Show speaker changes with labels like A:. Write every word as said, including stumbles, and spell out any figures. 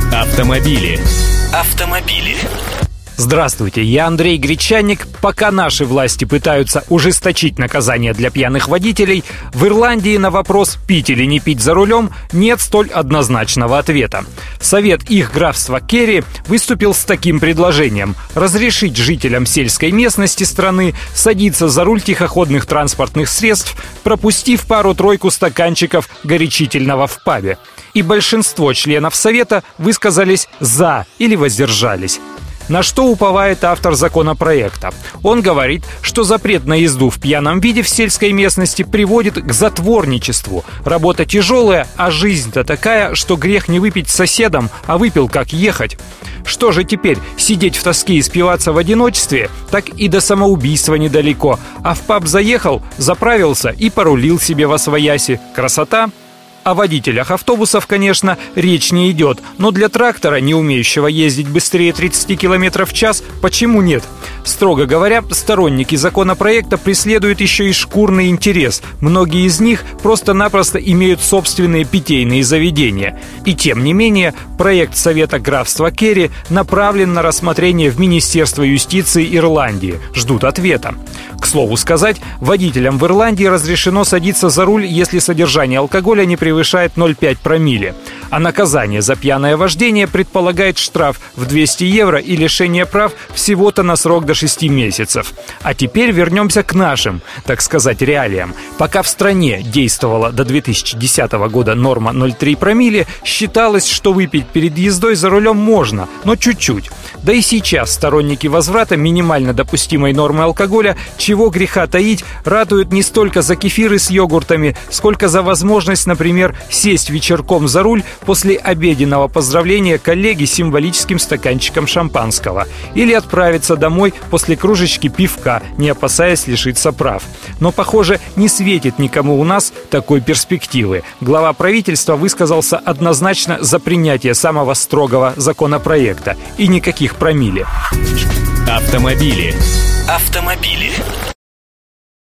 A: Автомобили. Автомобили.
B: Здравствуйте, я Андрей Гречанник. Пока наши власти пытаются ужесточить наказание для пьяных водителей, в Ирландии на вопрос «пить или не пить за рулем» нет столь однозначного ответа. Совет их графства Керри выступил с таким предложением – разрешить жителям сельской местности страны садиться за руль тихоходных транспортных средств, пропустив пару-тройку стаканчиков горячительного в пабе. И большинство членов Совета высказались «за» или воздержались. На что уповает автор законопроекта? Он говорит, что запрет на езду в пьяном виде в сельской местности приводит к затворничеству. Работа тяжелая, а жизнь-то такая, что грех не выпить с соседом, а выпил как ехать. Что же теперь, сидеть в тоске и спиваться в одиночестве? Так и до самоубийства недалеко. А в паб заехал, заправился и порулил себе восвояси. Красота? О водителях автобусов, конечно, речь не идет, но для трактора, не умеющего ездить быстрее тридцати километров в час, почему нет? Строго говоря, сторонники законопроекта преследуют еще и шкурный интерес. Многие из них просто-напросто имеют собственные питейные заведения. И тем не менее, проект Совета графства Керри направлен на рассмотрение в Министерство юстиции Ирландии. Ждут ответа. К слову сказать, водителям в Ирландии разрешено садиться за руль, если содержание алкоголя не превышает ноль целых пять десятых промилле. А наказание за пьяное вождение предполагает штраф в двести евро и лишение прав всего-то на срок до шести месяцев. А теперь вернемся к нашим, так сказать, реалиям. Пока в стране действовала до две тысячи десятого года норма ноль целых три десятых промилле, считалось, что выпить перед ездой за рулем можно, но чуть-чуть. Да и сейчас сторонники возврата минимально допустимой нормы алкоголя, чего греха таить, ратуют не столько за кефиры с йогуртами, сколько за возможность, например, сесть вечерком за руль после обеденного поздравления коллеги с символическим стаканчиком шампанского или отправиться домой после кружечки пивка, не опасаясь лишиться прав. Но, похоже, не светит никому у нас такой перспективы. Глава правительства высказался однозначно за принятие самого строгого законопроекта и никаких промилле.
A: Автомобили. Автомобили.